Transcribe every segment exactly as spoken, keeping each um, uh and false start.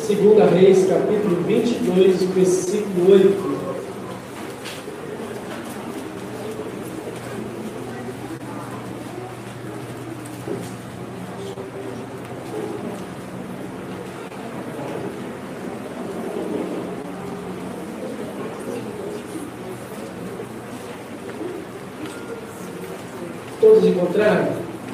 Segunda Reis, capítulo vinte e dois, versículo oito. Todos encontraram?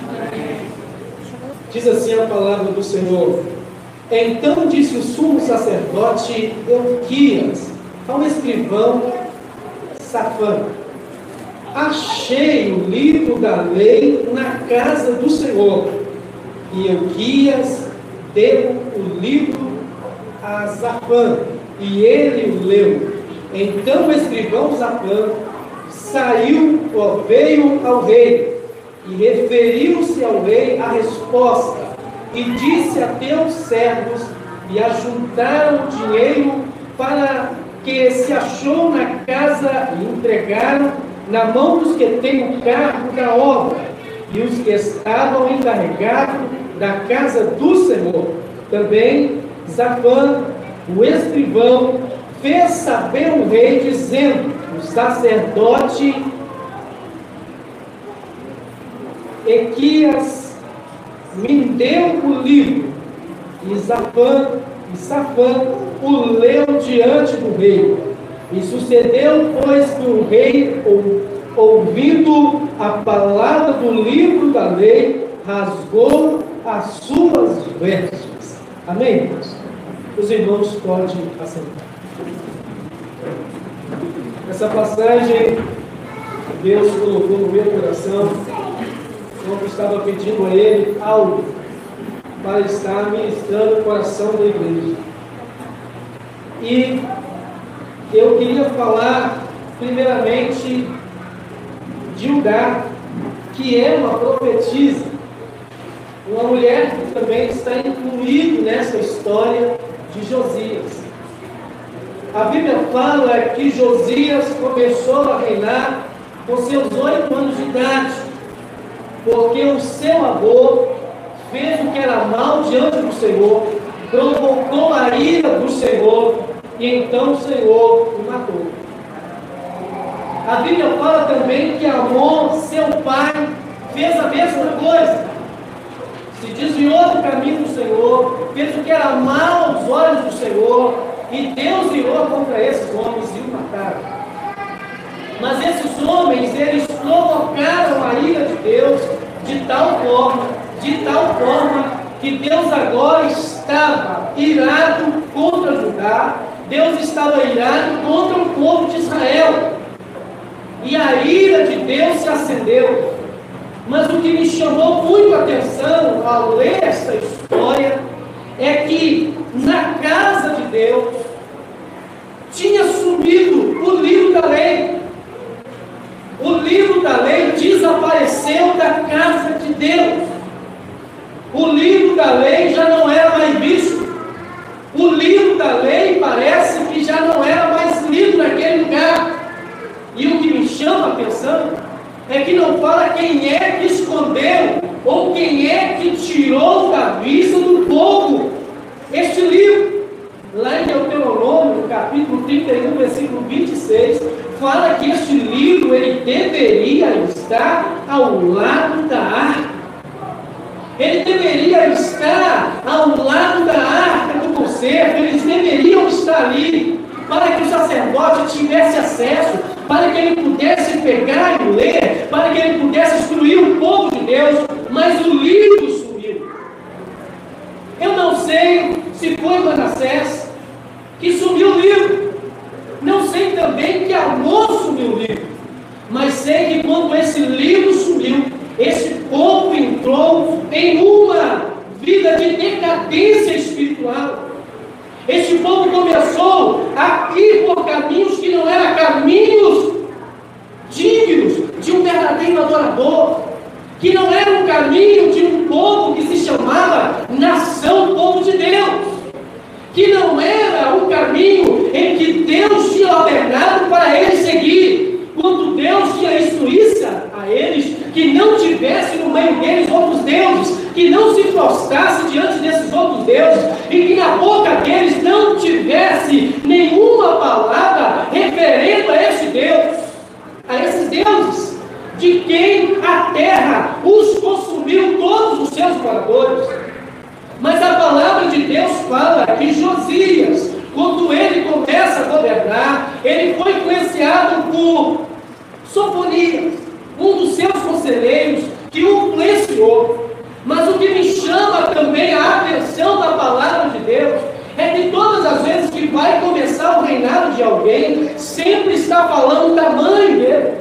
Diz assim a palavra do Senhor: então disse o sumo sacerdote Euquias ao escrivão Safã: achei o livro da lei na casa do Senhor. E Euquias deu o livro a Safã, e ele o leu. Então o escrivão Safã saiu, veio ao rei, e referiu-se ao rei a resposta, e disse a teus servos, e ajuntaram o dinheiro para que se achou na casa, e entregaram na mão dos que têm o cargo da obra, e os que estavam encarregados da casa do Senhor. Também Safã, o escrivão, fez saber o rei, dizendo: o sacerdote Equias me deu o livro. E Safã, e Safã o leu diante do rei. E sucedeu, pois, que o rei, ouvindo a palavra do livro da lei, rasgou as suas vestes. Amém, irmãos? Os irmãos podem assentar. Essa passagem Deus colocou no meu coração quando estava pedindo a Ele algo para estar ministrando o coração da igreja. E eu queria falar primeiramente de Ugar, que é uma profetisa, uma mulher que também está incluída nessa história de Josias. A Bíblia fala que Josias começou a reinar com seus oito anos de idade, porque o seu avô fez o que era mal diante do Senhor, provocou a ira do Senhor, e então o Senhor o matou. A Bíblia fala também que Amon, seu pai, fez a mesma coisa, se desviou do caminho do Senhor, fez o que era mal aos olhos do Senhor, e Deus irou contra esses homens e o mataram. Mas esses homens, eles provocaram a ira de Deus de tal forma, de tal forma, que Deus agora estava irado contra Judá, Deus estava irado contra o povo de Israel. E a ira de Deus se acendeu. Mas o que me chamou muito a atenção ao ler esta história é que na casa de Deus tinha sumido o livro da lei. O livro da lei desapareceu da casa de Deus. O livro da lei já não era mais visto. O livro da lei parece que já não era mais lido naquele lugar. E o que me chama a atenção é que não fala quem é que escondeu ou quem é que tirou da vista do povo este livro. Lá em Deuteronômio, capítulo trinta e um, versículo vinte e seis, fala que este livro ele deveria estar ao lado da arca. Ele deveria estar ao lado da arca do concerto. Eles deveriam estar ali para que o sacerdote tivesse acesso, para que ele pudesse pegar e ler, para que ele pudesse instruir o povo de Deus. Mas o livro sumiu. Eu não sei se foi Manassés que sumiu o livro. Não sei também que Amon sumiu o livro. Mas sei que quando esse livro sumiu, esse povo entrou em uma vida de decadência espiritual. Este povo começou a ir por caminhos que não eram caminhos dignos de um verdadeiro adorador, que não era um caminho de um povo que se chamava nação, povo de Deus, que não era um caminho em que Deus tinha ordenado para eles seguir, quando Deus tinha instruído a eles que não tivesse no meio deles outros deuses, que não se prostrasse diante desses outros deuses, e que na boca deles governar, ele foi influenciado por Sofonias, um dos seus conselheiros, que o influenciou. Mas o que me chama também a atenção da palavra de Deus é que todas as vezes que vai começar o reinado de alguém, sempre está falando da mãe dele,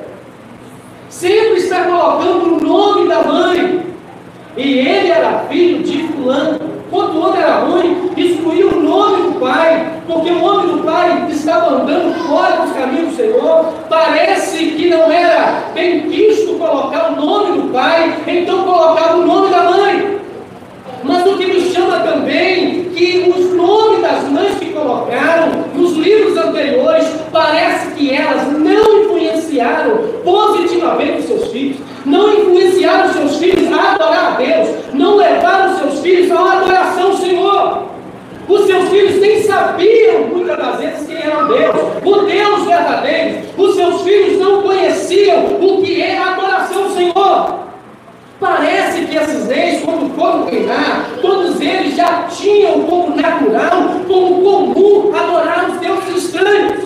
sempre está colocando o nome da mãe. E ele era filho de fulano. Quando o homem era ruim, excluía o nome do pai, porque o nome do pai estava andando fora dos caminhos do Senhor. Parece que não era bem quisto colocar o nome do pai, então colocava o nome da mãe. Mas o que me chama também, que os nomes das mães que colocaram nos livros anteriores, parece que elas não influenciaram positivamente os seus filhos, não influenciaram os seus filhos a adorar a Deus, não levaram os seus filhos a uma adoração ao Senhor. Os seus filhos nem sabiam, muitas das vezes, quem era Deus, o Deus verdadeiro. Os seus filhos não conheciam o que é a adoração ao Senhor. Parece que esses reis, quando foram reinar, todos eles já tinham como natural, como comum, adorar os deuses estranhos.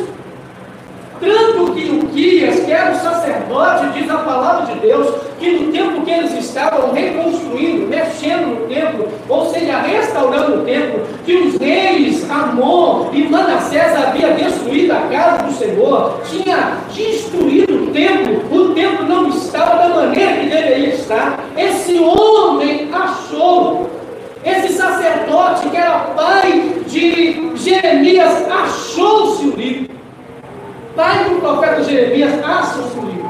Tanto que Uquias, que era o sacerdote, diz a palavra de Deus, que no tempo que eles estavam reconstruindo, mexendo no templo, ou seja, restaurando o templo, que os reis Amon e Manassés haviam destruído a casa do Senhor, tinha destruído o templo, o templo não estava da maneira que deveria estar. Esse homem achou, esse sacerdote que era pai de Jeremias, achou-se o livro. Pai do profeta Jeremias, acha-se o livro.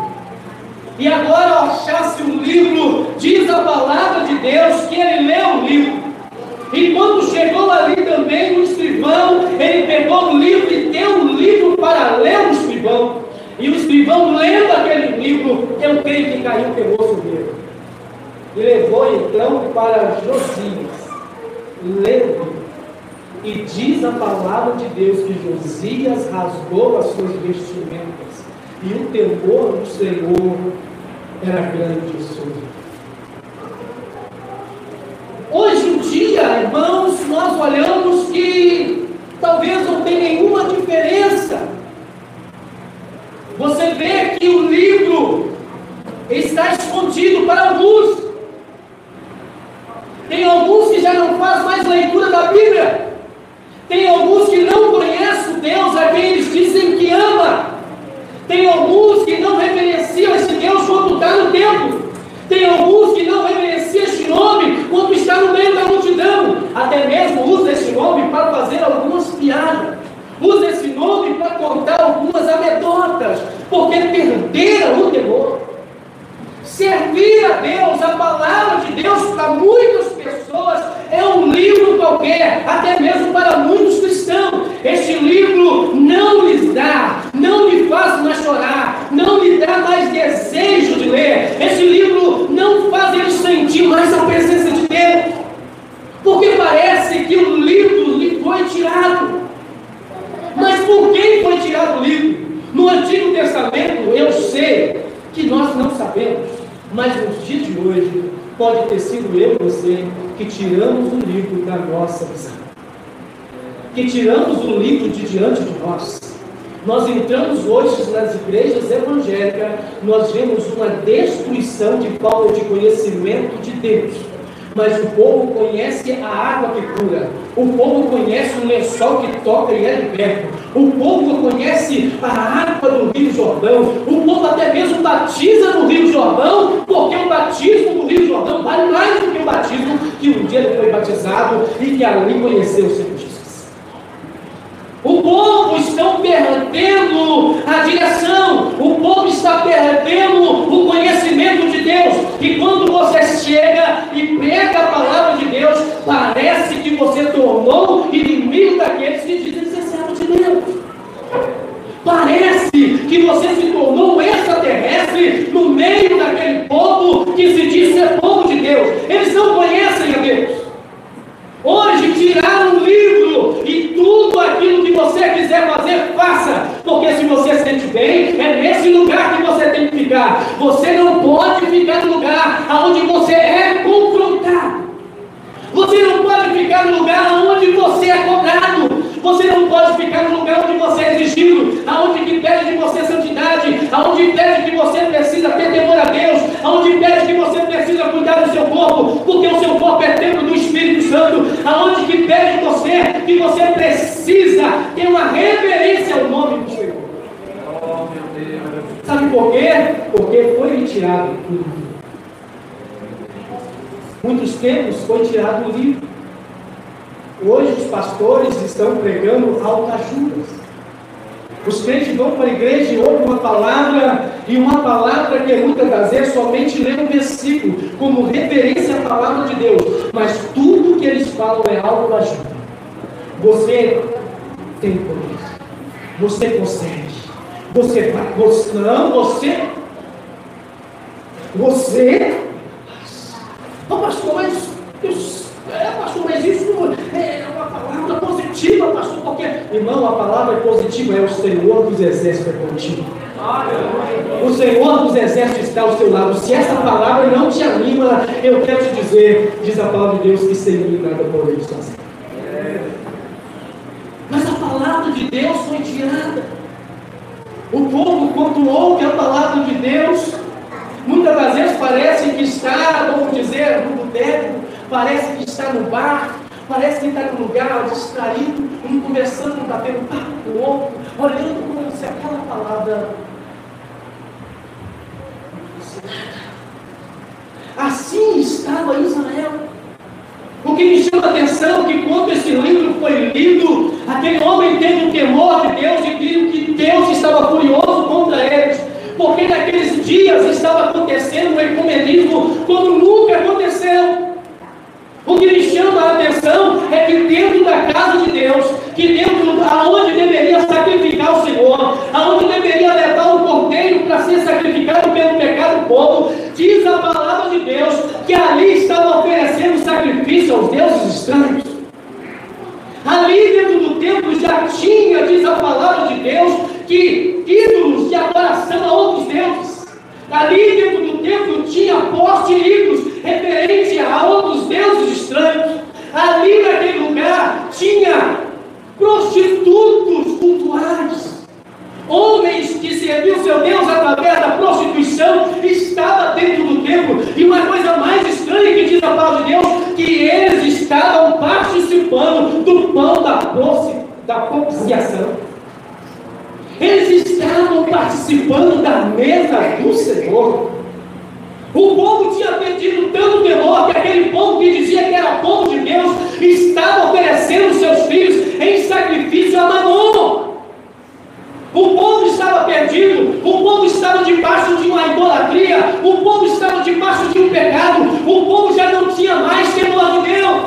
E agora, ao achar-se o livro, diz a palavra de Deus que ele leu o livro. E quando chegou ali também no escrivão, ele pegou o livro e deu o livro para ler o escrivão. E o escrivão, lendo aquele livro, eu creio que caiu temor sobre ele. E levou então para Josias, leu o livro. E diz a palavra de Deus que Josias rasgou as suas vestimentas, e o temor do Senhor era grande sobre ele. Hoje em dia, irmãos, nós olhamos que talvez não tem nenhuma diferença. Você vê que o livro está escondido para alguns. Tem alguns que já não fazem mais leitura da Bíblia. Tem alguns que não conhecem o Deus a quem eles dizem que ama. Tem alguns que não reverenciam esse Deus quando está no templo. Tem alguns que não reverenciam este nome quando está no meio da multidão. Até mesmo usa esse nome para fazer algumas piadas. Usa esse nome para contar algumas anedotas, porque perderam o temor. Servir a Deus, a palavra de Deus, para muitas pessoas é um livro qualquer, até mesmo para muitos cristãos. Este livro não lhes dá, não lhe faz mais chorar, não lhe dá mais desejo de ler. Este livro não faz eles sentir mais a presença de Deus, porque parece que o livro lhe foi tirado. Mas por quem foi tirado o livro? No Antigo Testamento, eu sei que nós não sabemos, mas nos dias de hoje, pode ter sido eu e você que tiramos o livro da nossa visão, que tiramos o livro de diante de nós. Nós entramos hoje nas igrejas evangélicas, nós vemos uma destruição de falta de conhecimento de Deus. Mas o povo conhece a água que cura, o povo conhece o lençol que toca e é liberto, o povo conhece a água do Rio Jordão, o povo até mesmo batiza no Rio Jordão, porque o batismo do Rio Jordão vale mais do que o batismo que um dia ele foi batizado e que ali conheceu o Senhor Jesus. O povo está perdendo a direção, o povo está perdendo o conhecimento de Deus, e quando você chega e pega a palavra de Deus, parece que você tornou inimigo daqueles que dizem ser servo de Deus. Parece que você se tornou um extraterrestre no meio daquele povo que se diz ser povo de Deus. Eles não conhecem a Deus. Hoje tiraram o livro e tudo aquilo que você quiser fazer, faça. Porque se você se sente bem, é nesse lugar que você tem que ficar. Você não pode ficar no lugar onde você é confrontado. Você não pode ficar no lugar onde você é cobrado. Você não pode ficar no lugar onde você é exigido. aonde pede que você precisa ter temor a Deus, aonde pede que você precisa cuidar do seu corpo, porque o seu corpo é templo do Espírito Santo, aonde que pede você que você precisa ter uma reverência ao nome do Senhor. Oh, meu Deus. Sabe por quê? Porque foi retirado do livro. Muitos tempos foi tirado do livro. Hoje os pastores estão pregando autoajudas. Os crentes vão para a igreja e ouvem uma palavra, e uma palavra que muitas das vezes somente lê um versículo, como referência à palavra de Deus, mas tudo que eles falam é autoajuda. Você tem poder, você consegue, você vai, você, não, você, você, oh, pastor, mas, Deus, é, pastor, mas isso é uma palavra positiva, pastor, porque, irmão, a palavra é positiva, é o Senhor dos Exércitos é contigo. O Senhor dos Exércitos está ao seu lado. Se essa palavra não te anima, eu quero te dizer, diz a palavra de Deus, que sem mim nada pode fazer. Mas a palavra de Deus foi tirada. O povo, quando ouve a palavra de Deus, muitas das vezes parece que está, vamos dizer, no boteco, parece que está no bar, parece que está num lugar distraído, um conversando, um batendo papo com o outro, olhando como se aquela palavra. Assim estava Israel. O que me chama a atenção é que quando esse livro foi lido, aquele homem teve o temor de Deus e viu que Deus estava furioso contra eles, porque naqueles dias estava acontecendo um ecumenismo como nunca aconteceu. O que me chama a atenção é que dentro da casa de Deus, que dentro aonde deveria sacrificar o Senhor, aonde deveria levar o cordeiro para ser sacrificado pelo pecado do povo, diz a palavra de Deus que ali estava oferecendo sacrifício aos deuses estranhos. Ali dentro do templo já tinha, diz a palavra de Deus, que ídolos de adoração a outros deuses. Ali dentro do templo tinha poste ídolos referente a outros deuses estranhos. Ali naquele lugar tinha prostitutos cultuais. Homens que serviam seu Deus através da prostituição estavam dentro do templo. E uma coisa mais estranha que diz a palavra de Deus, que eles estavam participando do pão da, da propiciação. Eles estavam participando da mesa do Senhor. O povo tinha perdido tanto temor que aquele povo que dizia que era povo de Deus estava oferecendo seus filhos em sacrifício a Mamon. O povo estava perdido, o povo estava debaixo de uma idolatria, o povo estava debaixo de um pecado, o povo já não tinha mais temor de Deus.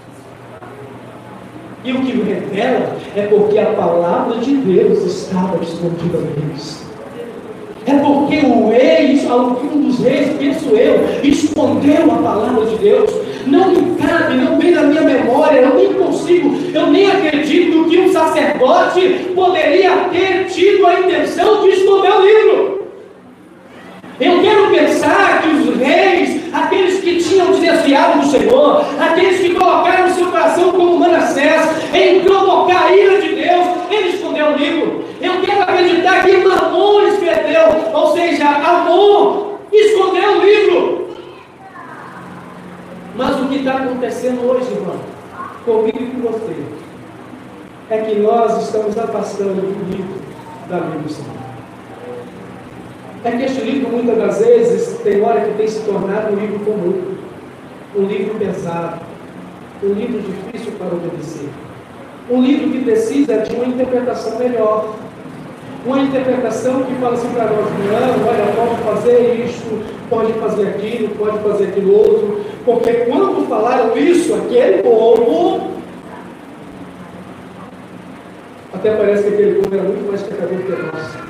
E o que me revela é porque a palavra de Deus estava escondida neles. É porque o rei, um dos reis, penso eu, escondeu a palavra de Deus. Não me cabe, não vem na minha memória, eu nem consigo, eu nem acredito que um sacerdote poderia ter tido a intenção de esconder o livro. Eu quero pensar que os reis, aqueles que tinham desviado do Senhor, aqueles que colocaram o seu coração como Manassés, em provocar a ira de Deus, ele escondeu o livro. Eu quero acreditar que Mamon escreveu, ou seja, Amon escondeu o livro. Mas o que está acontecendo hoje, irmão, comigo e com você, é que nós estamos afastando do livro da Bíblia do Senhor. É que este livro, muitas das vezes, tem hora que tem se tornado um livro comum, um livro pesado, um livro difícil para obedecer, um livro que precisa de uma interpretação melhor, uma interpretação que fala assim para nós: não, olha, pode fazer isto, pode fazer aquilo, pode fazer aquilo outro, porque quando falaram isso, aquele povo, até parece que aquele povo era muito mais pecador que nós.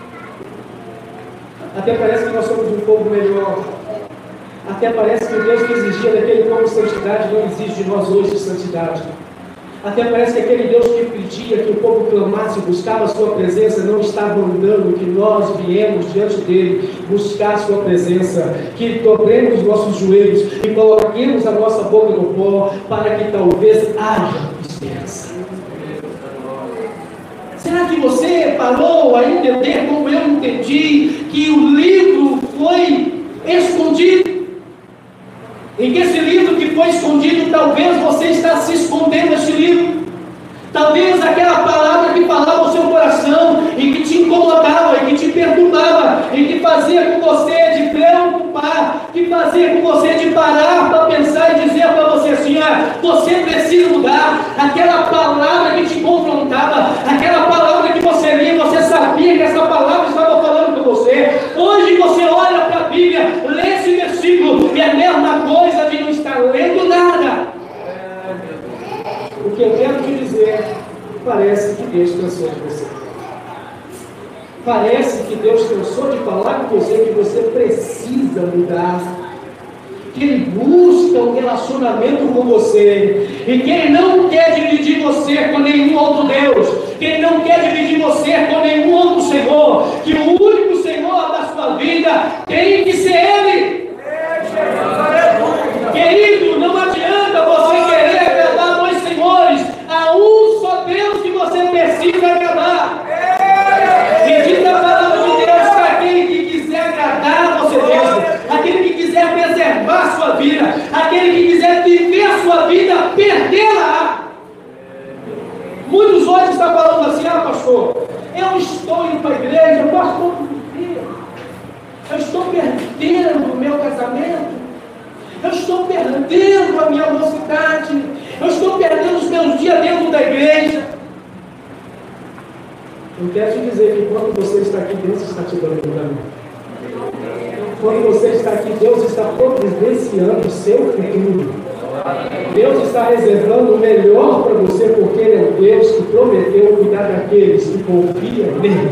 Até parece que nós somos um povo melhor. Até parece que o Deus que exigia daquele povo santidade não exige de nós hoje santidade. Até parece que aquele Deus que pedia que o povo clamasse, buscava a sua presença, não está mandando que nós viemos diante dele buscar a sua presença, que dobremos os nossos joelhos e coloquemos a nossa boca no pó, para que talvez haja esperança. Será que que você parou a entender, como eu entendi, que o livro foi escondido. Em que esse livro que foi escondido, talvez você está se escondendo desse livro. Talvez aquela palavra que falava o seu coração e que te incomodava, e que te perturbava, e que fazia com você de preocupar, que fazia com você de parar para pensar e dizer para você assim: ah, você precisa mudar. Aquela palavra que te confrontava, aquela palavra que você lia, você sabia que essa palavra estava falando com você. Hoje você olha para a Bíblia, lê esse versículo e é a mesma coisa de não estar lendo nada. O que eu quero te dizer, parece que Deus cansou de você. Parece que Deus cansou de falar com você que você precisa mudar. Que Ele busca um relacionamento com você. E que Ele não quer dividir você com nenhum outro Deus. Que Ele não quer dividir você com nenhum outro Senhor. Que o único Senhor da sua vida tem que ser Ele. Querido, não adianta você querer agradar dois senhores. Há um só Deus que você precisa agradar. E diz a palavra de Deus para aquele que quiser agradar você mesmo, aquele que quiser preservar a sua vida, aquele que quiser viver a sua vida, perdê-la. Muitos hoje estão falando assim: ah, pastor, eu estou indo para a igreja, eu posso todo dia, eu estou perdendo o meu casamento, eu estou perdendo a minha mocidade, eu estou perdendo os meus dias dentro da igreja. Eu quero te dizer que quando você está aqui, Deus está te dando lugar. Quando você está aqui, Deus está providenciando o seu futuro. Deus está reservando o melhor para você, porque Ele é o Deus que prometeu cuidar daqueles que confiam nele.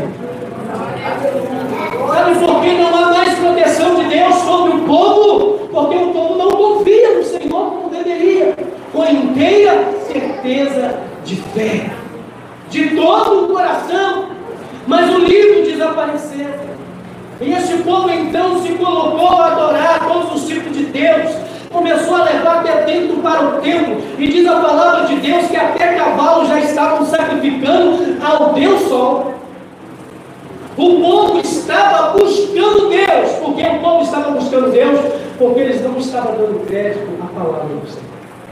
Sabe por que não há mais proteção de Deus sobre o povo? Porque o povo não confia no Senhor como deveria, com inteira certeza de fé, de todo o coração. Mas o livro desapareceu. E esse povo então se colocou a adorar todos os tipos de Deus. Começou a levar até dentro para o templo. E diz a palavra de Deus que até cavalos já estavam sacrificando ao Deus Sol. O povo estava buscando Deus. Por que o povo estava buscando Deus? Porque eles não estavam dando crédito à palavra do Senhor.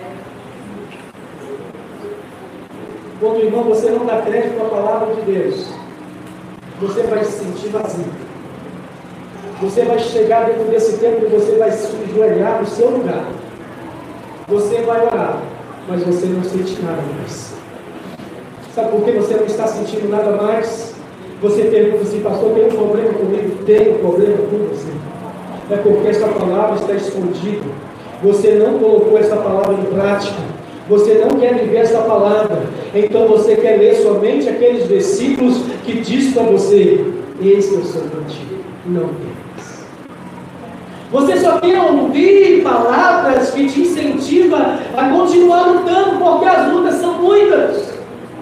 Quando, irmão, você não dá crédito à palavra de Deus, você vai se sentir vazio. Você vai chegar dentro desse tempo e você vai se ajoelhar no seu lugar. Você vai orar, mas você não sente nada mais. Sabe por que você não está sentindo nada mais? Você pergunta assim: pastor, tem um problema comigo? Tem um problema com você. É porque essa palavra está escondida. Você não colocou essa palavra em prática. Você não quer viver essa palavra. Então você quer ler somente aqueles versículos que diz para você: eis que eu sou contigo. Não temas. Você só quer ouvir palavras que te incentivam a continuar lutando, porque as lutas são muitas.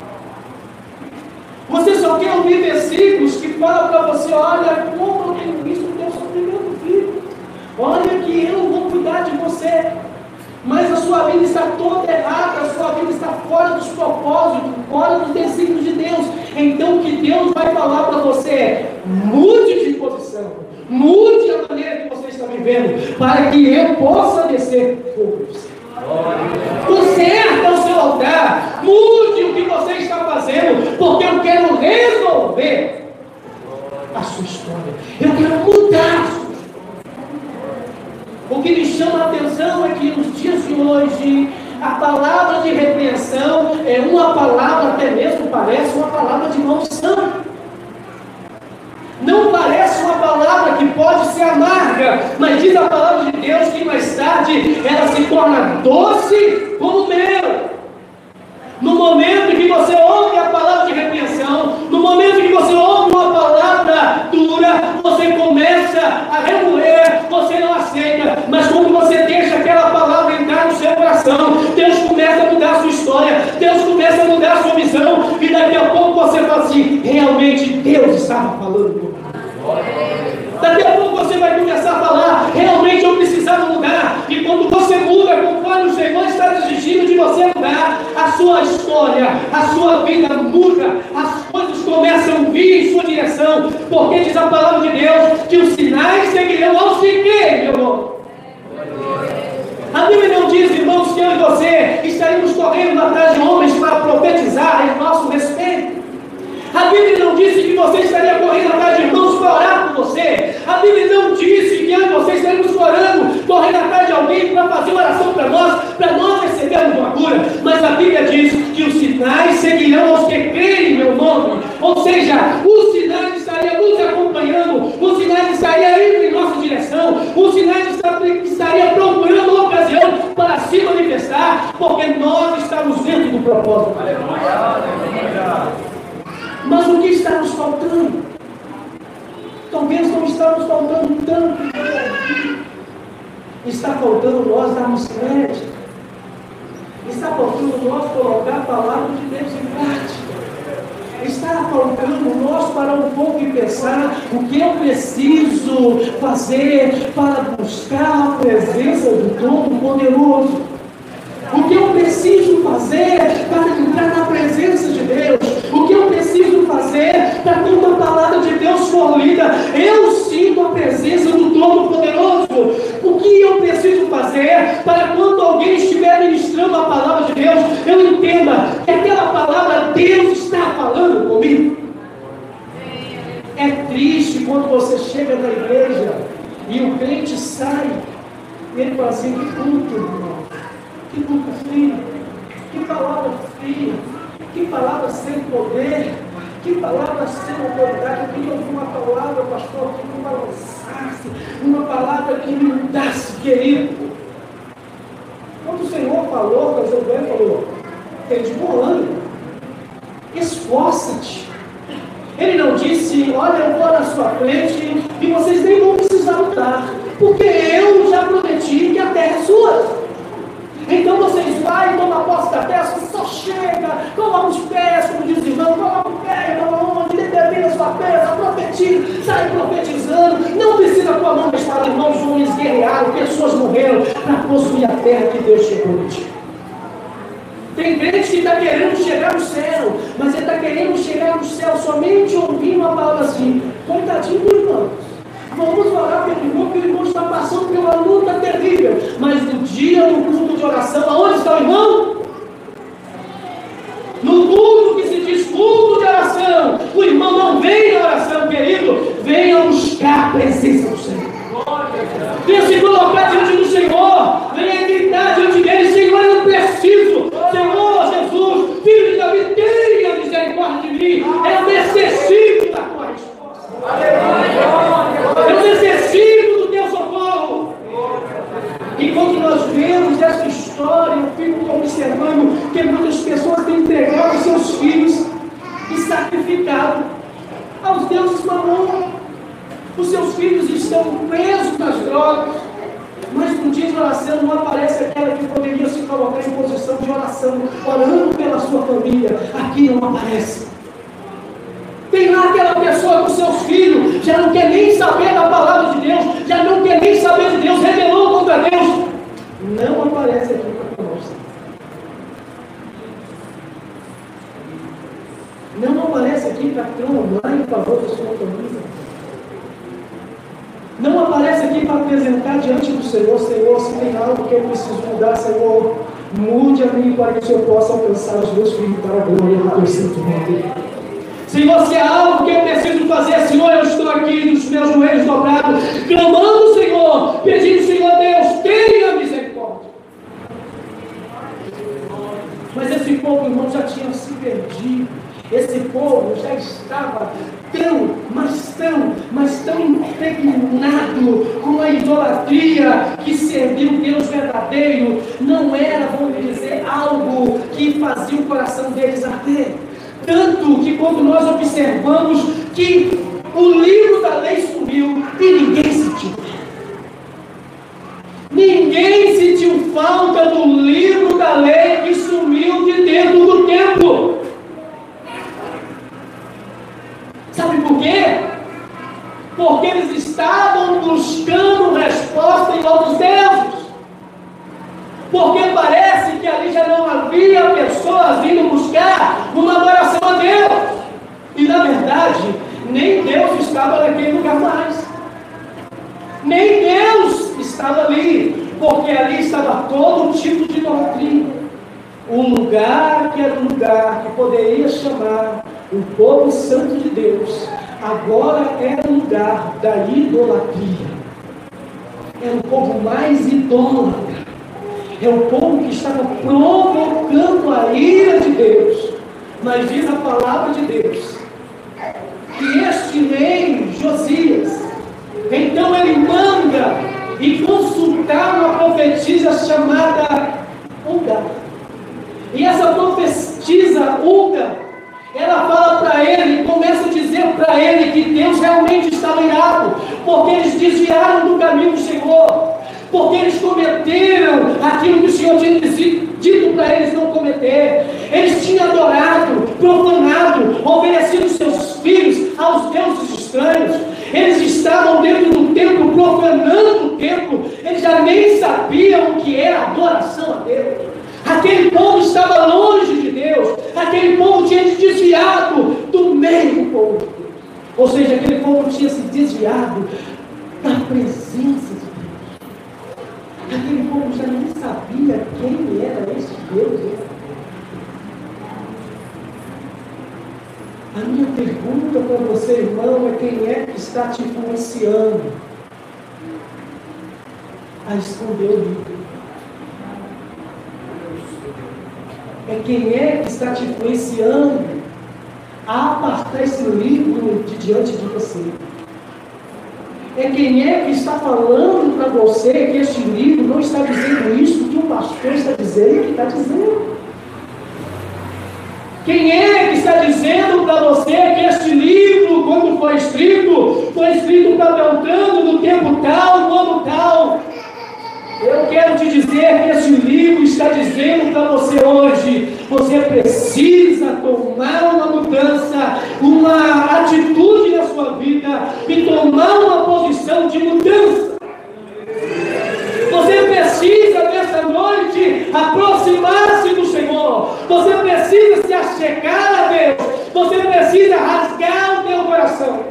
Você só quer ouvir versículos que falam para você: olha como eu tenho visto o teu sofrimento, filho. Olha que eu vou cuidar de você. Mas a sua vida está toda errada, a sua vida está fora dos propósitos, fora dos desígnios de Deus. Então o que Deus vai falar para você é: mude de posição, mude a maneira que você está vivendo, para que eu possa descer fogo do céu. Conserta o seu altar, mude o que você está fazendo, porque eu quero resolver a sua história, eu quero mudar a sua história. O que me chama a atenção é que nos dias de hoje, a palavra de repreensão é uma palavra, até mesmo parece uma palavra de maldição. Não parece uma palavra que pode ser amarga, mas diz a palavra de Deus que mais tarde ela se torna doce como mel. No momento em que você ouve a palavra de repreensão, no momento em que você ouve uma palavra dura, você começa a remoer, você não aceita. Mas quando você deixa aquela palavra entrar no seu coração, Deus começa a mudar a sua história, Deus começa a mudar a sua visão, e daqui a pouco você fala assim: realmente Deus estava falando comigo. Daqui a pouco você vai começar a falar: realmente eu precisava mudar. E quando você muda, conforme o Senhor está exigindo de você mudar, a sua história, a sua vida muda, as coisas começam oração, porque diz a palavra de Deus que os sinais seguirão aos que creem, meu irmão. A Bíblia não diz, irmãos, que eu e você estaríamos correndo atrás de homens para profetizar em nosso respeito. A Bíblia não disse que você estaria correndo atrás de irmãos para orar por você. A Bíblia não disse que eu e você estaríamos orando, correndo atrás de alguém para fazer oração para nós, para nós recebermos uma cura. Mas a Bíblia diz que os sinais seguirão aos que creem em meu nome. Ou seja, os sinais estariam nos acompanhando, os sinais estariam indo em nossa direção, os sinais estariam procurando ocasião para se manifestar, porque nós estamos dentro do propósito. Mas o que está nos faltando? Talvez não está nos faltando tanto. Está faltando nós darmos crédito. Está faltando nós colocar a palavra de Deus em prática. Está faltando nós parar um pouco e pensar o que eu preciso fazer para buscar a presença do Todo-Poderoso. O que eu preciso fazer para entrar na presença de Deus? O que eu preciso fazer para quando a palavra de Deus for lida, eu sinto a presença do Todo-Poderoso? O que eu preciso fazer para quando alguém estiver ministrando a palavra de Deus, eu entenda que aquela palavra Deus está falando comigo? É triste quando você chega na igreja e o crente sai e ele fala assim: que culto, irmão. Que culto frio, que palavra fria, que palavra sem poder, que palavra sem autoridade. Eu queria ouvir uma palavra, pastor, que me balançasse, uma palavra que me mudasse, querido. Quando o Senhor falou para Josué, falou: tem de bom ânimo, esforça-te. Ele não disse: olha, eu vou na sua frente e vocês nem vão precisar lutar, porque eu já prometi que a terra é sua. Então vocês vai, tomam posse da terra, só chega, coloca os pés, como diz o irmão, coloca o pé, coloca onde determina a sua peça, profetiza, sai profetizando, não precisa com a mão espada, irmãos, homens guerrearam, pessoas morreram para possuir a terra que Deus te promete. Tem gente que está querendo chegar no céu, mas ele está querendo chegar no céu somente ouvindo uma palavra assim: coitadinho do irmão. Vamos orar pelo irmão, porque o irmão está passando pela luta terrível. Mas no dia do culto de oração, aonde está o irmão? No culto que se diz culto de oração, o irmão não vem na oração, querido, venha buscar a presença do Senhor. Venha se colocar diante do Senhor, venha gritar diante dele: Senhor, eu preciso. Senhor Jesus, filho de Davi, tenha misericórdia de mim. Eu necessito da tua resposta. Eu necessito do teu socorro. Enquanto nós vemos essa história, eu fico observando que muitas pessoas têm entregado os seus filhos e sacrificado aos deuses mamon. Os seus filhos estão presos nas drogas, mas no dia de oração não aparece aquela que poderia se colocar em posição de oração, orando pela sua família. Aqui não aparece. Tem lá aquela pessoa com seus filhos, já não quer nem saber da palavra de Deus, já não quer nem saber de Deus, rebelou contra Deus. Não aparece aqui para nós. Não aparece aqui para clamar em favor da sua família. Não aparece aqui para apresentar diante do Senhor: Senhor, se tem algo que eu preciso mudar, Senhor, mude a mim para que o Senhor possa alcançar os meus filhos para a glória do teu santo nome. Senhor, se há algo que eu preciso fazer, Senhor, eu estou aqui nos meus joelhos dobrados, clamando, Senhor, pedindo, Senhor Deus, tenha misericórdia. Mas esse povo, irmão, já tinha se perdido. Esse povo já estava tão, mas tão, mas tão impregnado com a idolatria, que servir o Deus verdadeiro não era, vamos dizer, algo que fazia o coração deles arder. Tanto que quando nós observamos que o livro da lei sumiu e ninguém sentiu. Ninguém sentiu falta do livro da lei que sumiu de dentro do templo. Sabe por quê? Porque eles estavam buscando resposta em outros deuses. Porque parece que ali já não havia pessoas vindo buscar uma adoração a Deus. E na verdade, nem Deus porque ali estava todo tipo de idolatria. Um lugar que era um lugar que poderia chamar o povo santo de Deus, agora era um lugar da idolatria. Era o povo mais idólatra. É o povo que estava provocando a ira de Deus. Mas diz a palavra de Deus que este rei Josias, então ele manda e consultar uma profetisa chamada Hulda. E essa profetisa Hulda, ela fala para ele, começa a dizer para ele que Deus realmente estava irado, porque eles desviaram do caminho do Senhor, porque eles cometeram aquilo que o Senhor tinha dito para eles não cometer. Eles tinham adorado, profanado, oferecido seus filhos aos deuses estranhos. Eles estavam dentro do templo, profanando o templo. Eles já nem sabiam o que era adoração a Deus. Aquele povo estava longe de Deus. Aquele povo tinha se desviado do meio do povo de Deus. Ou seja, aquele povo tinha se desviado da presença de Deus. Aquele povo já nem sabia quem era esse Deus. A minha pergunta para você, irmão, é quem é que está te influenciando a esconder o livro? É quem é que está te influenciando a apartar esse livro de diante de você? É quem é que está falando para você que este livro não está dizendo isso que o pastor está dizendo e que está dizendo? Quem é que está dizendo para você que este livro, quando foi escrito, foi escrito para Beltrano no tempo tal, no ano tal? Eu quero te dizer que este livro está dizendo para você hoje, você precisa tomar uma mudança, uma atitude na sua vida e tomar uma posição de mudança. Você precisa nessa noite aproximar-se do Senhor. Você precisa se achegar a Deus. Você precisa rasgar o teu coração.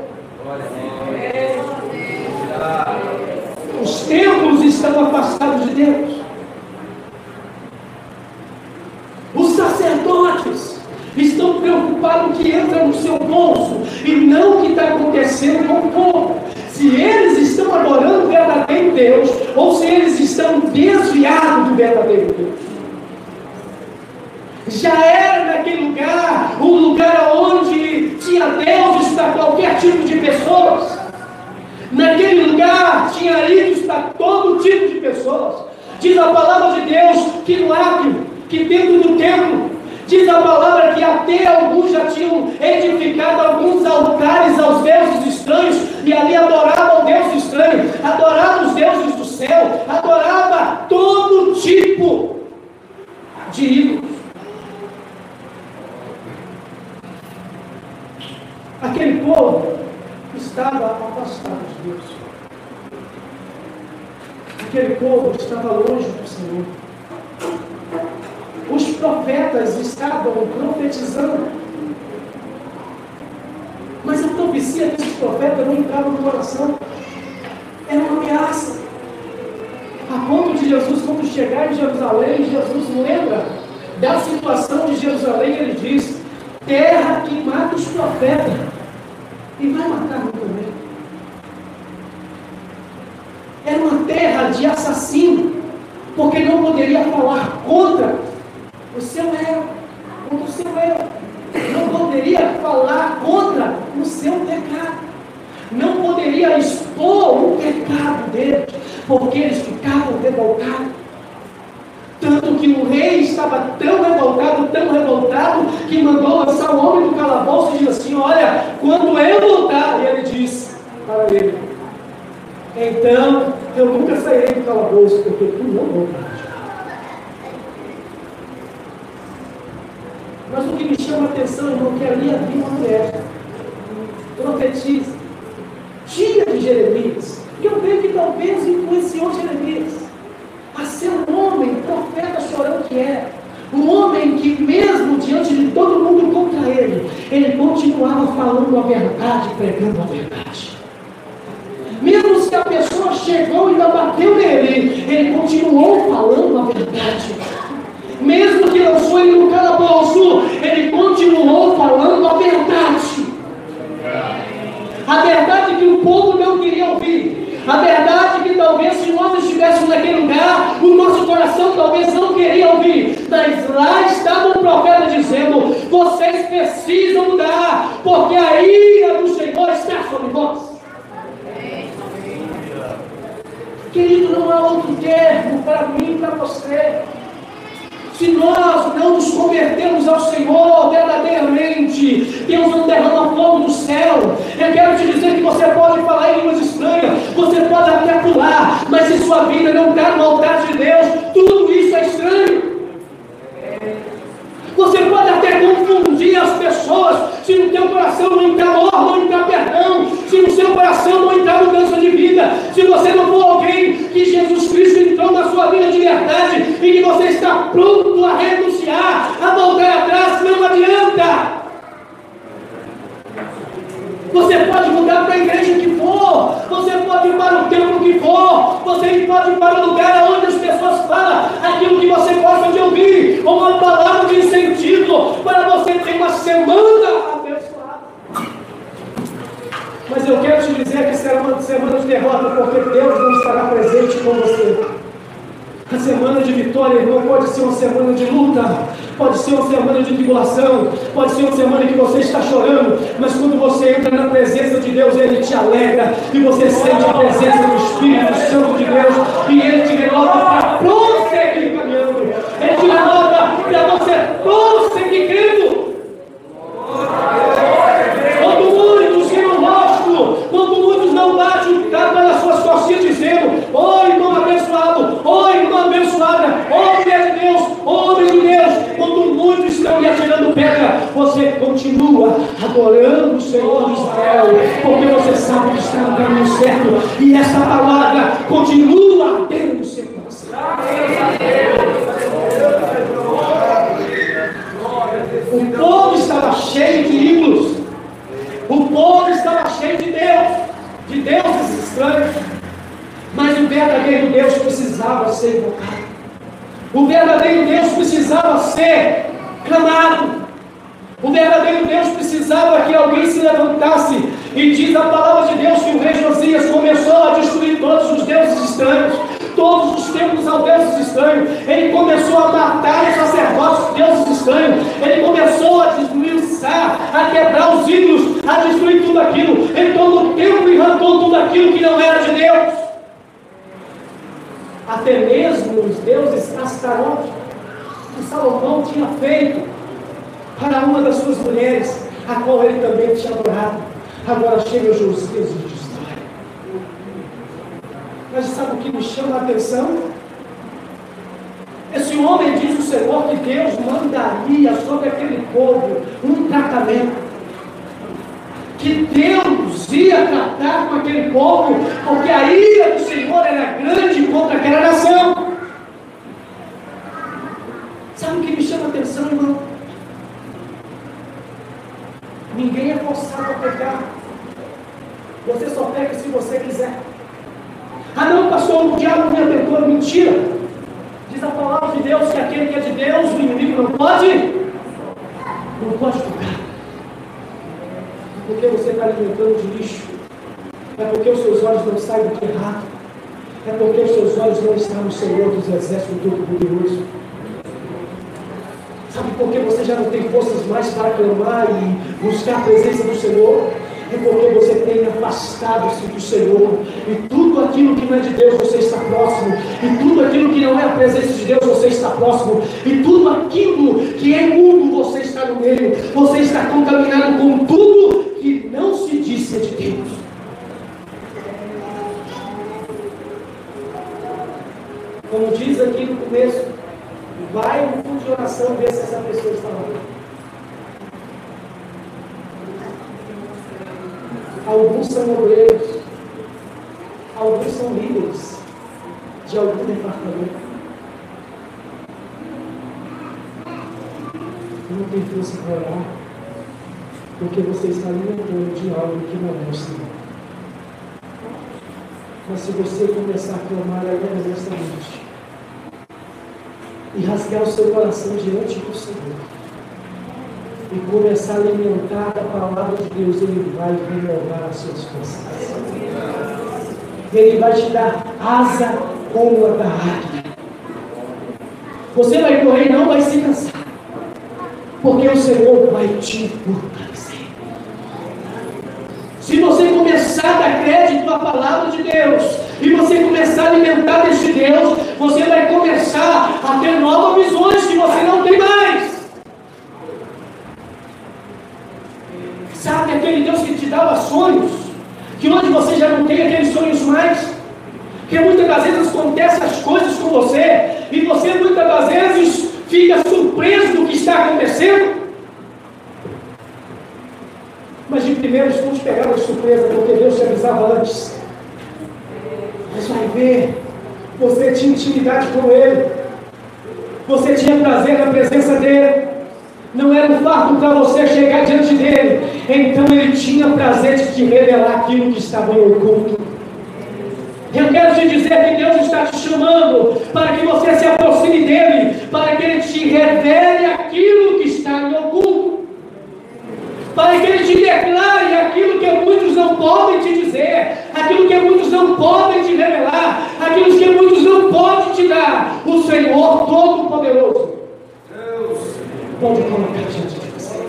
Os templos estão afastados de Deus. Os sacerdotes estão preocupados que entra no seu bolso e não o que está acontecendo com o povo. Se eles estão adorando o verdadeiro Deus ou se eles estão desviados do verdadeiro Deus. Já era naquele lugar um lugar onde tinha deuses para qualquer tipo de pessoas. Naquele lugar tinha ídolos para todo tipo de pessoas. Diz a palavra de Deus que no átrio, que dentro do templo, diz a palavra que até alguns já tinham edificado alguns altares aos deuses estranhos e ali adoravam deuses estranhos, adoravam os deuses do céu, adorava todo tipo de ídolos. Aquele povo estava afastado de Deus. Aquele povo estava longe do Senhor. Os profetas estavam profetizando, mas a profecia desses profetas não entrava no coração. Era uma ameaça. A ponto de Jesus, quando chegar em Jerusalém, Jesus lembra da situação de Jerusalém, ele diz: terra que mata os profetas, e vai matar muito também. Era uma terra de assassino, porque não poderia falar contra o seu eu, contra o seu eu. Não poderia falar contra o seu pecado. Não poderia expor o pecado deles, porque eles ficavam revoltados. Tanto que o rei estava tão revoltado, tão revoltado, que mandou lançar o homem do calabouço e disse assim: olha, quando eu voltar, e ele disse para ele: então eu nunca sairei do calabouço, porque tu não voltarás. Mas o que me chama a atenção, irmão, que ali havia uma mulher, profetisa, tia de Jeremias, que eu vejo que talvez influenciou Jeremias a ser um homem, profeta chorão que era, um homem que mesmo diante de todo mundo contra ele, ele continuava falando a verdade, pregando a verdade. Mesmo se a pessoa chegou e ainda bateu nele, ele continuou falando a verdade. Mesmo que lançou ele no calabouço, ele continuou falando a verdade. A verdade que o povo não queria ouvir. A verdade que talvez se nós estivéssemos naquele lugar, o nosso coração talvez não queria ouvir. Mas lá estava o profeta dizendo: vocês precisam mudar, porque a ira do Senhor está sobre vós. Querido, não há outro termo para mim e para você. Se nós não nos convertermos ao Senhor verdadeiramente, Deus não derrama fogo do céu. Eu quero te dizer que você pode falar em línguas estranhas, você pode até pular, mas se sua vida não está no altar de Deus, tudo isso é estranho. Você pode até confundir as pessoas, se no teu coração não está amor, não está perdão, se no seu coração não está mudança de vida, se você não for alguém que Jesus Cristo entrou na sua vida de verdade e que você está pronto a renunciar, a voltar atrás, não adianta. Você pode mudar para a igreja que for, você pode ir para o templo que for, você pode ir para o lugar onde as pessoas falam aquilo que você gosta de ouvir, ou uma palavra de incentivo para você ter uma semana abençoada. Mas eu quero te dizer que será uma semana de derrota, porque Deus não estará presente com você. A semana de vitória, irmão, pode ser uma semana de luta, pode ser uma semana de tribulação, pode ser uma semana que você está chorando, mas quando você entra na presença de Deus, Ele te alegra, e você sente a presença do Espírito Santo de Deus, e Ele te renova para prosseguir caminhando, Ele te renova para você prosseguir crendo. Quando muitos viram lógico, quando muitos não batem o tapa nas suas costinhas dizendo: ô irmão abençoado, ô irmã abençoada, ô mulher de Deus, homem de Deus, quando muitos estão lhe atirando pedra, você continua adorando o Senhor de Israel, porque você sabe que está no caminho certo, e essa palavra continua dentro do seu coração. O povo estava cheio de ídolos, o povo estava cheio de Deus, de deuses estranhos, mas o verdadeiro Deus precisava ser invocado, o verdadeiro Deus precisava ser clamado, o verdadeiro Deus precisava que alguém se levantasse. E diz a palavra de Deus que o rei Josias começou a destruir todos os deuses estranhos, todos os templos aos deuses estranhos. Ele começou a matar os sacerdotes deuses estranhos, ele começou a desmiuçar, a quebrar os ídolos, a destruir tudo aquilo. Ele tomou o templo e arrancou tudo aquilo que não era de Deus, até mesmo os deuses Astarote que Salomão tinha feito para uma das suas mulheres, a qual ele também tinha adorado. Agora chega Josias e destrói. Mas sabe o que me chama a atenção? Esse homem diz o Senhor que Deus mandaria sobre aquele povo um tratamento, que Deus ia tratar com aquele povo, porque a ira do Senhor era grande contra aquela nação. Sabe o que me chama a atenção, irmão? Ninguém é forçado a pecar. Você só peca se você quiser. Ah não, pastor, o diabo me atentou. Mentira. Diz a palavra de Deus que aquele que é de Deus, o inimigo não pode, não pode tocar. Porque você está alimentando de lixo. É porque os seus olhos não saem do que é errado. É porque os seus olhos não estão no Senhor dos Exércitos Todo-Poderoso. Sabe por que você já não tem forças mais para clamar e buscar a presença do Senhor? É porque você tem afastado-se do Senhor, e tudo aquilo que não é de Deus você está próximo, e tudo aquilo que não é a presença de Deus você está próximo, e tudo aquilo que é imundo você está no meio, você está contaminado com tudo que não se diz ser de Deus. Como diz aqui no começo, vai no fundo de oração ver se essa pessoa está lá. Alguns são obreiros, alguns são líderes de algum departamento. Não tem força para orar, porque você está alimentando de algo que não é o Senhor. Mas se você começar a clamar agora nesta noite e rasgar o seu coração diante do Senhor e começar a alimentar a palavra de Deus, Ele vai renovar as suas forças. Ele vai te dar asa como a da águia. Você vai correr e não vai se cansar, porque o Senhor vai te fortalecer. Se você começar a dar crédito à palavra de Deus, e você começar a alimentar desse Deus, você vai começar a ter novas visões que você não tem mais. Sabe aquele Deus que te dava sonhos, que hoje você já não tem aqueles sonhos mais? Que muitas das vezes acontecem as coisas com você, e você muitas das vezes fica surpreso do que está acontecendo. Mas de primeiro eles vão te pegar de surpresa, porque Deus te avisava antes. Mas vai ver, você tinha intimidade com Ele, você tinha prazer na presença dEle, não era um fardo para você chegar diante dEle, então Ele tinha prazer de te revelar aquilo que estava em oculto. Eu quero te dizer que Deus está te chamando para que você se aproxime dEle, para que Ele te revele aquilo que está em oculto, para que Ele te declare aquilo que muitos não podem te dizer, aquilo que muitos não podem te revelar, aquilo que muitos não podem te dar. O Senhor Todo-Poderoso pode colocar diante de você.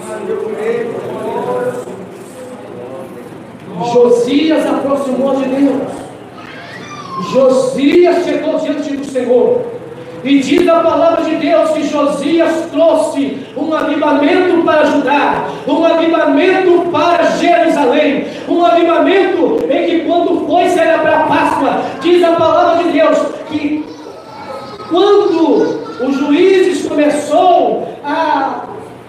Josias aproximou de Deus. Josias chegou diante do Senhor. E diz a palavra de Deus que Josias trouxe um avivamento para Judá, um avivamento para Jerusalém, um avivamento em que quando foi celebrar a Páscoa, diz a palavra de Deus que quando os juízes começou a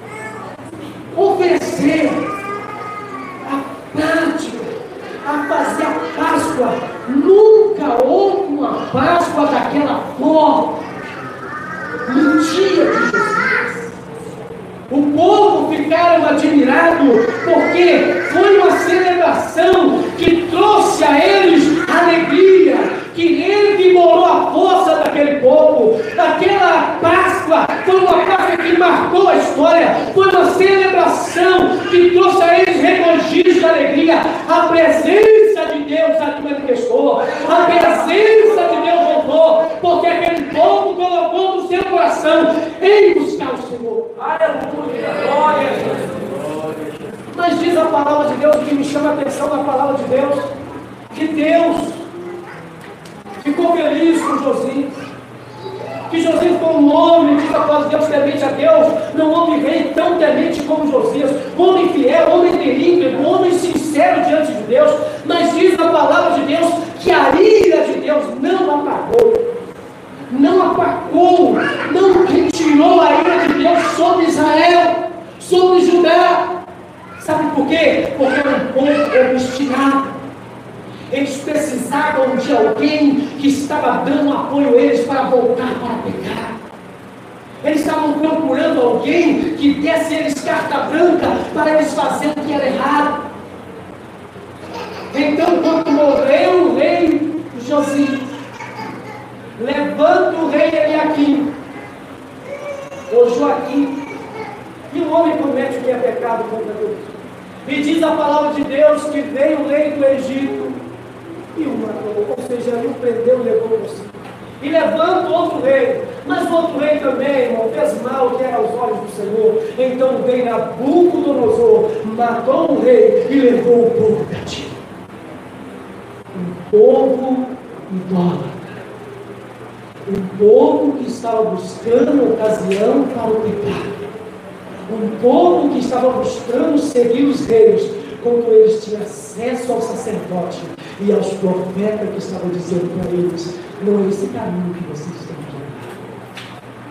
oferecer a prática, a fazer a Páscoa, nunca houve uma Páscoa daquela forma. No dia de Jesus, o povo ficaram admirados, porque foi uma celebração que trouxe a eles alegria, que revigorou a força daquele povo. Aquela Páscoa foi uma Páscoa que marcou a história, foi uma celebração que trouxe a eles regozijo e alegria. A presença de Deus se manifestou, a presença de Deus voltou, porque aquele povo colocou no seu coração em buscar o Senhor. Aleluia, glória a Deus. Mas diz a palavra de Deus, o que me chama a atenção na palavra de Deus, que Deus ficou feliz com Josias, que Josias foi um homem, diz a palavra de Deus, temente a Deus. Não houve rei tão temente como Josias, homem fiel, homem terrível, homem sincero diante de Deus. Mas diz a palavra de Deus que a ira de Deus não apagou, não apagou, não retirou a ira de Deus sobre Israel, sobre Judá. Sabe por quê? Porque era um povo obstinado. Eles precisavam de alguém que estava dando apoio a eles para voltar para pecar. Eles estavam procurando alguém que desse a eles carta branca para eles fazerem o que era errado. Então, quando morreu o rei Josias, levanta o rei Eliaquim, ou Joaquim, e o homem comete o que é pecado contra Deus. E diz a palavra de Deus que veio o rei do Egito e o matou, ou seja, ele o prendeu e levou consigo. E levanta outro rei, mas o outro rei também, irmão, fez mal que era aos olhos do Senhor. Então veio Nabucodonosor, matou o rei e levou o povo cativo. Um povo idólatra, um povo que estava buscando ocasião para o pecado, um povo que estava buscando seguir os reis, quando eles tinham acesso ao sacerdote e aos profetas que estavam dizendo para eles: não é esse caminho que vocês estão tomando.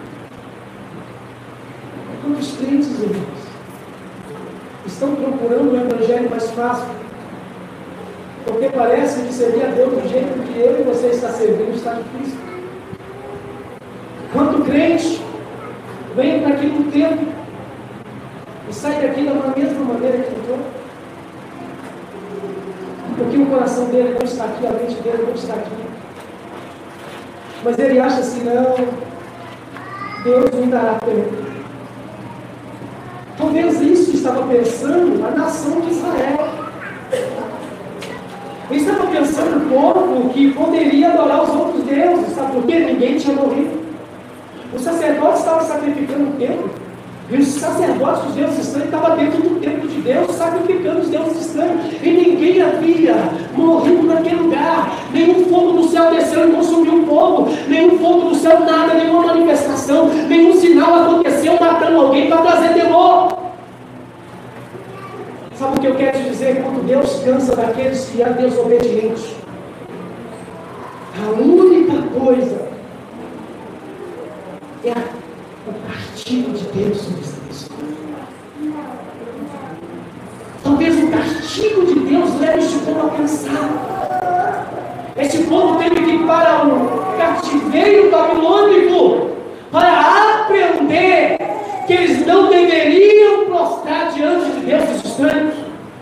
Quantos crentes, irmãos, estão procurando o evangelho mais fácil, porque parece que servir a Deus do jeito que eu e você está servindo está difícil. Quanto crente vem para aqui no tempo e sai daqui da mesma maneira que entrou, porque o coração coração dele não está aqui, a mente dele não está aqui. Mas ele acha assim, não, Deus me dará tempo. Talvez isso estava pensando a nação de Israel. Ele estava pensando um povo que poderia adorar os outros deuses, sabe por quê? Ninguém tinha morrido. Os sacerdotes estavam sacrificando o templo. E os sacerdotes dos deuses estranhos estavam dentro do templo de Deus, sacrificando os deuses estranhos. E ninguém havia morrido naquele lugar. Nenhum fogo do céu desceu e consumiu o povo. Nenhum fogo do céu, nada, nenhuma manifestação, nenhum sinal aconteceu matando alguém para trazer temor. Sabe o que eu quero te dizer? Quando Deus cansa daqueles que são desobedientes, a única coisa é o castigo de Deus sobre essa pessoa. Talvez o castigo de Deus leve este povo a pensar. Este povo teve que ir para o cativeiro babilônico para aprender que eles não deveriam prostrar diante de deuses estranhos.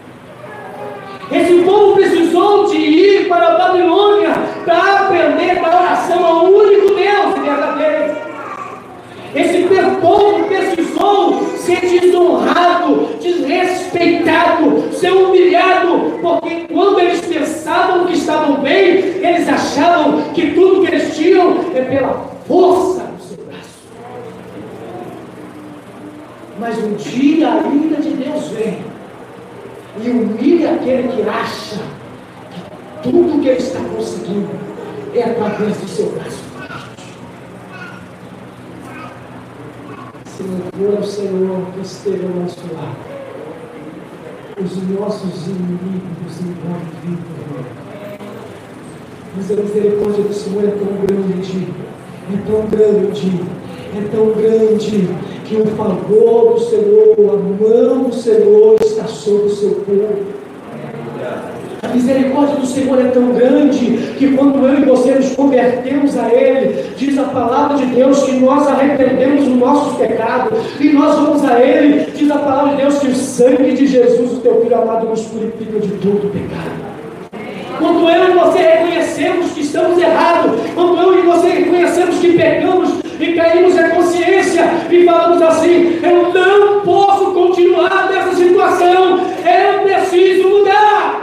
Esse povo precisou de ir para a Babilônia para aprender a oração ao único Deus verdadeiro. Esse povo precisou ser desonrado, desrespeitado, ser humilhado, porque quando eles pensavam que estavam bem, eles achavam que tudo que eles tinham é pela força do seu braço. Mas um dia a ira de Deus vem e humilha aquele que acha que tudo que ele está conseguindo é através do seu braço. Se não for o Senhor que esteja ao nosso lado, os nossos inimigos envolvidos. Mas a misericórdia do Senhor é tão grande, é tão grande, é tão grande, que o favor do Senhor, a mão do Senhor está sobre o seu povo. A misericórdia do Senhor é tão grande que quando eu e você nos convertemos a Ele, diz a palavra de Deus que nós arrependemos os nossos pecados e nós vamos a Ele, diz a palavra de Deus que o sangue de Jesus, o teu Filho amado, nos purifica de todo pecado. Quando eu e você reconhecemos que estamos errados, quando eu e você reconhecemos que pecamos e caímos na consciência e falamos assim, eu não posso continuar nessa situação, eu preciso mudar.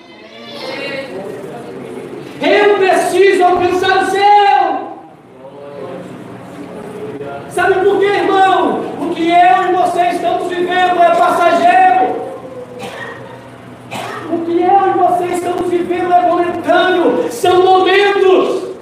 Eu preciso alcançar o céu. Sabe por quê, irmão? O que eu e você estamos vivendo é passageiro. O que eu e você estamos vivendo é momentâneo. São momentos.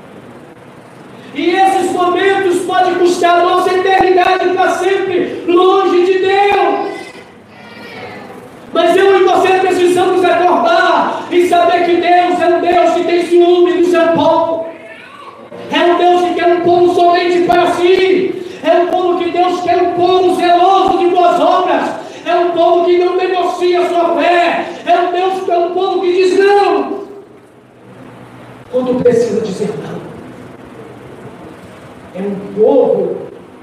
E esses momentos podem custar a nossa eternidade para sempre longe de Deus. Mas eu e você precisamos acordar e saber que Deus é um Deus que tem ciúme do seu povo. É um Deus que quer um povo somente para si. É um povo que Deus quer um povo zeloso de boas obras. É um povo que não negocia a sua fé. É um Deus que é um povo que diz não quando precisa dizer não. É um povo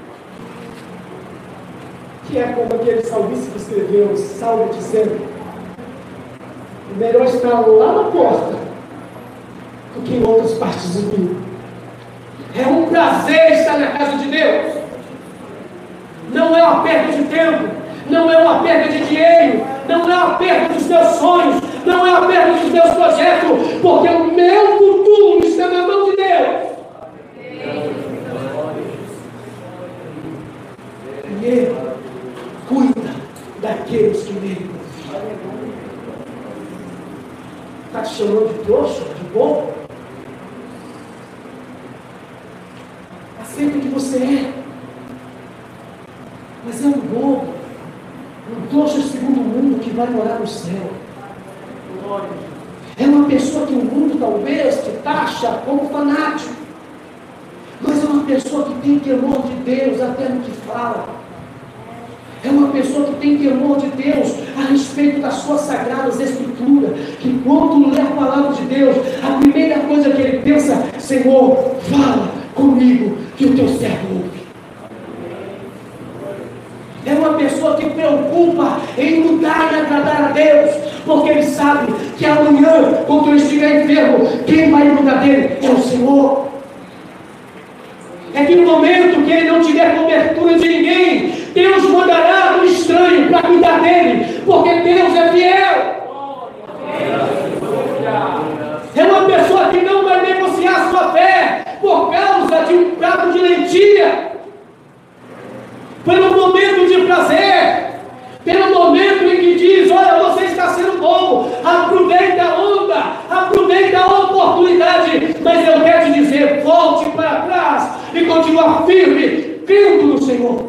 que é como aquele salmista que escreveu o salmo dizendo: melhor estar lá na porta do que em outras partes do mundo. É um prazer estar na casa de Deus. Não é uma perda de tempo, não é uma perda de dinheiro, não é uma perda dos teus sonhos, não é uma perda dos teus projetos, porque o meu futuro está na mão de Deus. E Ele cuida daqueles que nele confiam. Está te chamando de trouxa, de bobo? Aceita o que você é. Mas é um bobo, um trouxa segundo o mundo que vai morar no céu. É uma pessoa que o mundo talvez te taxa como fanático, mas é uma pessoa que tem temor de Deus até no que fala. É uma pessoa que tem temor de Deus a respeito das suas sagradas escrituras, que quando lê a palavra de Deus, a primeira coisa que ele pensa: Senhor, fala comigo, que o teu servo ouve. É uma pessoa que preocupa em mudar e agradar a Deus, porque ele sabe que amanhã, quando ele estiver enfermo, quem vai cuidar dele é o Senhor. É que no momento que ele não tiver cobertura de ninguém, Deus mandará um estranho para cuidar dele, porque Deus é fiel. É uma pessoa que não vai negociar sua fé por causa de um prato de lentilha, pelo momento de prazer, pelo momento em que diz: olha, você está sendo bom, aproveita a onda, aproveita a oportunidade. Mas eu quero te dizer: volte para trás e continue firme, crendo no Senhor.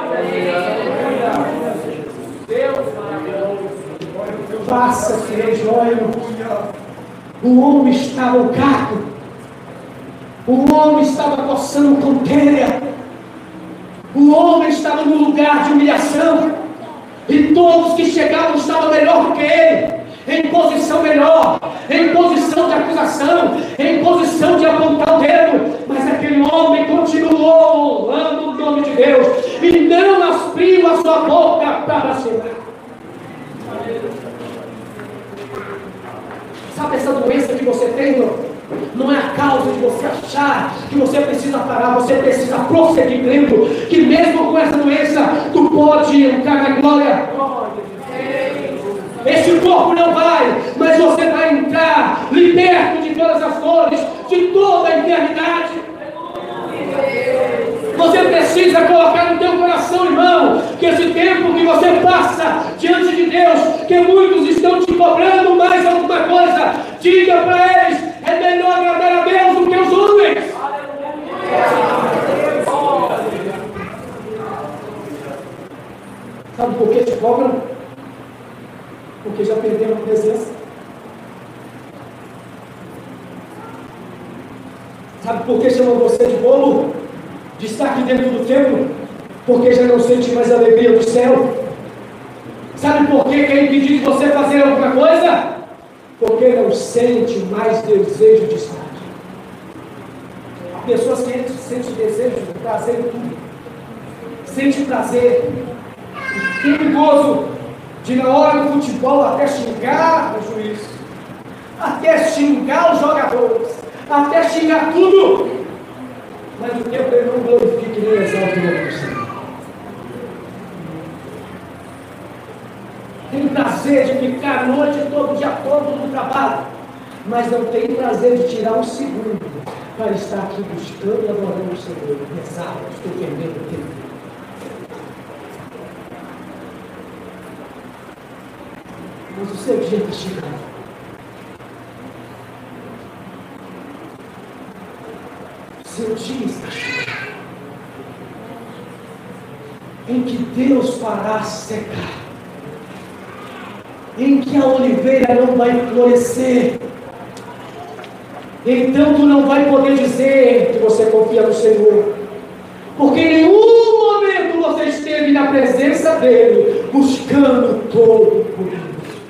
Faça-se de óleo. O homem estava no carro, o homem estava coçando com telha, o homem estava num lugar de humilhação, e todos que chegavam estavam melhor do que ele, em posição melhor, em posição de acusação, em posição de apontar o dedo. Mas aquele homem continuou honrando o nome de Deus e não abriu a sua boca para blasfemar. Sabe essa doença que você tem, irmão? Não é a causa de você achar que você precisa parar, você precisa prosseguir crendo que mesmo com essa doença, tu pode entrar na glória. Esse corpo não vai, mas você vai entrar liberto de todas as dores, de toda a enfermidade. Você precisa colocar no teu coração, irmão, que esse tempo que você passa diante de Deus, que muitos estão te cobrando mais alguma coisa, diga para eles: é melhor agradar a Deus do que os homens. Sabe por que te cobram? Porque já perderam a presença. Sabe por que chamam você de bolo? De estar aqui dentro do templo? Porque já não sente mais a alegria do céu. Sabe por que quer impedir de você fazer alguma coisa? Porque não sente mais desejo de estar aqui. A pessoa sente, sente desejo, prazer em tudo. Sente prazer. Que perigoso de na hora do futebol até xingar o juiz, até xingar os jogadores, até xingar tudo. Mas o tempo ele não glorifica nem exalta o nome do Senhor. Tem prazer de ficar a noite todo, o dia todo no trabalho, mas não tem prazer de tirar um segundo para estar aqui buscando e adorando o Senhor. Exato, estou perdendo o tempo. Mas o seu dia está chegando. Seu dia está chegando, em que Deus fará secar, em que a oliveira não vai florescer. Então tu não vai poder dizer que você confia no Senhor, porque em nenhum momento você esteve na presença dele, buscando todo o poder.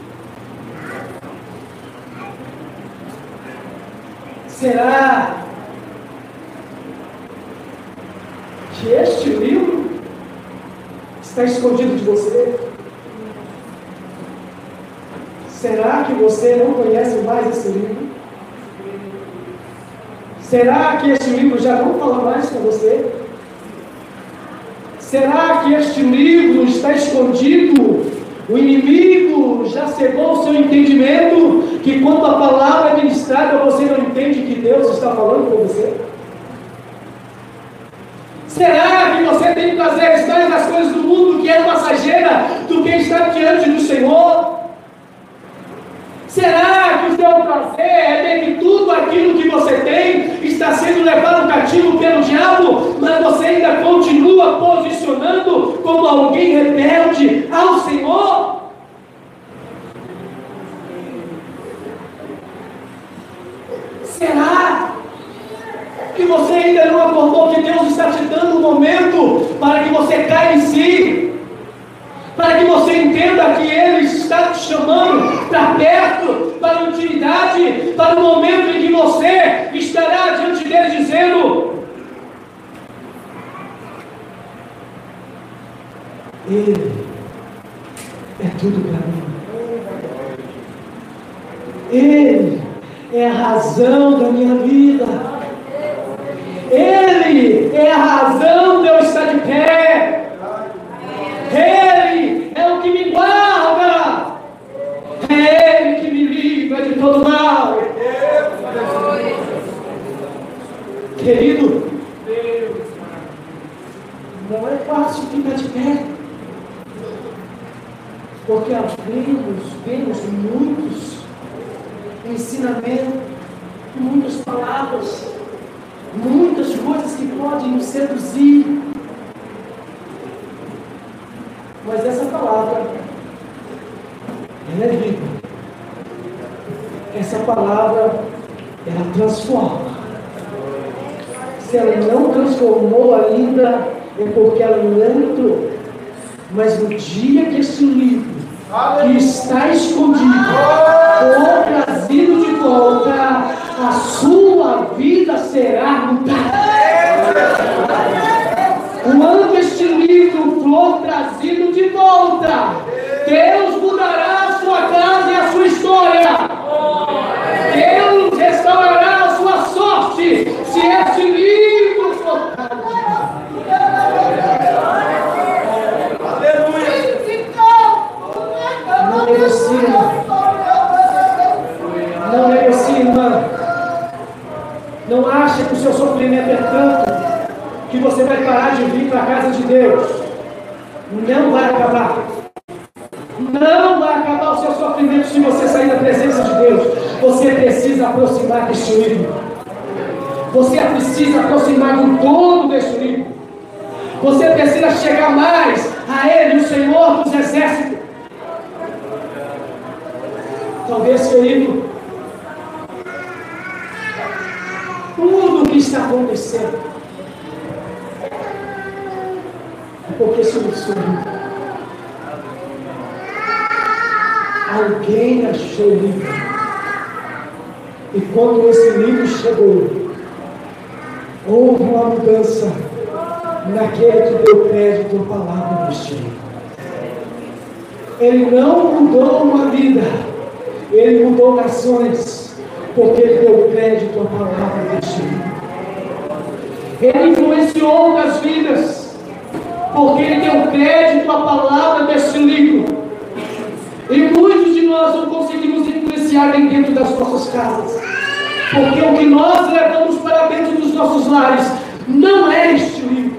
Será que este livro está escondido de você? Será que você não conhece mais esse livro? Será que este livro já não fala mais com você? Será que este livro está escondido? O inimigo já cegou o seu entendimento, que quando a palavra é ministrada, você não entende que Deus está falando com você? Será que você tem prazer mais nas coisas do mundo, que é passageira, do que estar diante do Senhor? Será que o seu prazer é ver que tudo aquilo que você tem está sendo levado cativo pelo diabo, mas você ainda continua posicionando como alguém rebelde ao Senhor? Será que você ainda não acordou que Deus está te dando um momento para que você caia em si, para que você entenda que Ele está te chamando para perto, para a intimidade, para o momento em que você estará diante dele dizendo: Ele é tudo para mim. Ele é a razão da minha vida. Ele é a razão de eu estar de pé. Ele é o que me guarda. É Ele que me livra de todo mal. Querido, não é fácil ficar de pé, porque vemos, vemos muitos ensinamentos, muitas palavras, muitas coisas que podem nos seduzir. Mas essa palavra, ela é viva. Essa palavra, ela transforma. Se ela não transformou ainda, é porque ela não entrou. Mas no dia que esse livro, que está escondido, for trazido de volta, a sua vida será mudada. Quando este livro for trazido de volta, Deus mudará a sua casa e a sua história. Deus restaurará a sua sorte, se este livro for trazido. Não negocie, não negocie, irmã. Não ache que o seu sofrimento é tanto que você vai parar de vir para a casa de Deus. Não vai acabar. Não vai acabar o seu sofrimento se você sair da presença de Deus. Você precisa aproximar deste livro. Você precisa aproximar do dono deste livro. Você precisa chegar mais a Ele, o Senhor dos Exércitos. Talvez, querido, tudo o que está acontecendo é porque sobre o livro. Alguém achou o livro. E quando esse livro chegou, houve uma mudança naquele que deu crédito à palavra deste livro. Ele não mudou uma vida, ele mudou nações, porque ele deu crédito à palavra deste livro. Ele influenciou outras vidas, porque ele deu crédito à palavra deste livro. E muitos de nós não conseguimos influenciar nem dentro das nossas casas, porque o que nós levamos para dentro dos nossos lares não é este livro.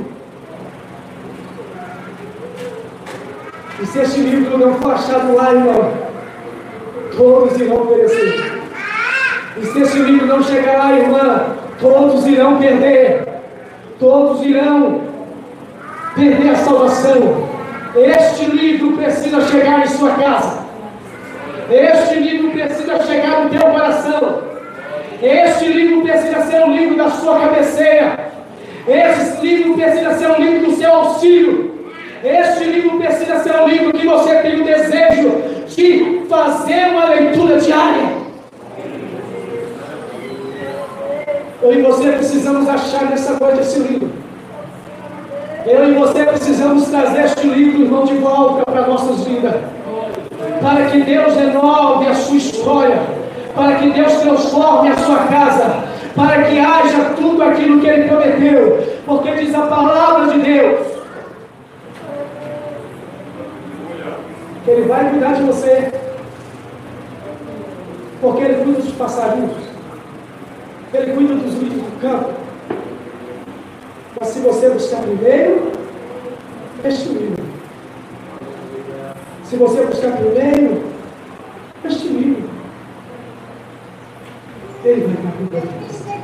E se este livro não for achado lá, irmão, todos irão perecer. E se este livro não chegar lá, irmã, todos irão perder. Todos irão perder a salvação. Este livro precisa chegar em sua casa. Este livro precisa chegar no teu coração. Este livro precisa ser um livro da sua cabeceira. Este livro precisa ser um livro do seu auxílio. Este livro precisa ser um livro que você tem o desejo de fazer uma leitura diária. Eu e você precisamos achar nessa noite esse livro. Eu e você precisamos trazer este livro, irmão, de volta para nossas vidas. Para que Deus renove a sua história. Para que Deus transforme a sua casa. Para que haja tudo aquilo que Ele prometeu. Porque diz a palavra de Deus que Ele vai cuidar de você. Porque Ele cuida dos passarinhos. Ele cuida dos lírios do campo. Mas se você buscar primeiro este livro, se você buscar primeiro este livro, Ele vai estar cuidando de você.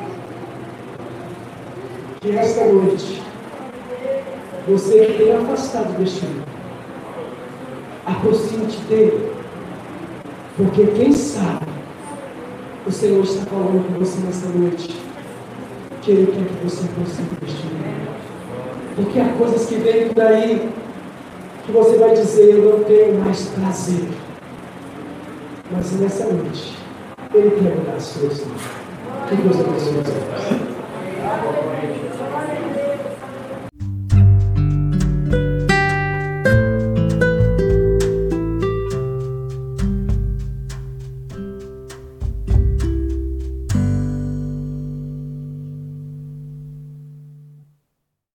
Que esta noite, você que tem afastado deste livro, aproxime-te dele, porque quem sabe o Senhor está falando com você nessa noite, que Ele quer que você aproxime deste livro. Porque há coisas que vêm por aí que você vai dizer: eu não tenho mais prazer. Mas nessa noite Ele quer mudar a sua história. Que Deus abençoe os irmãos.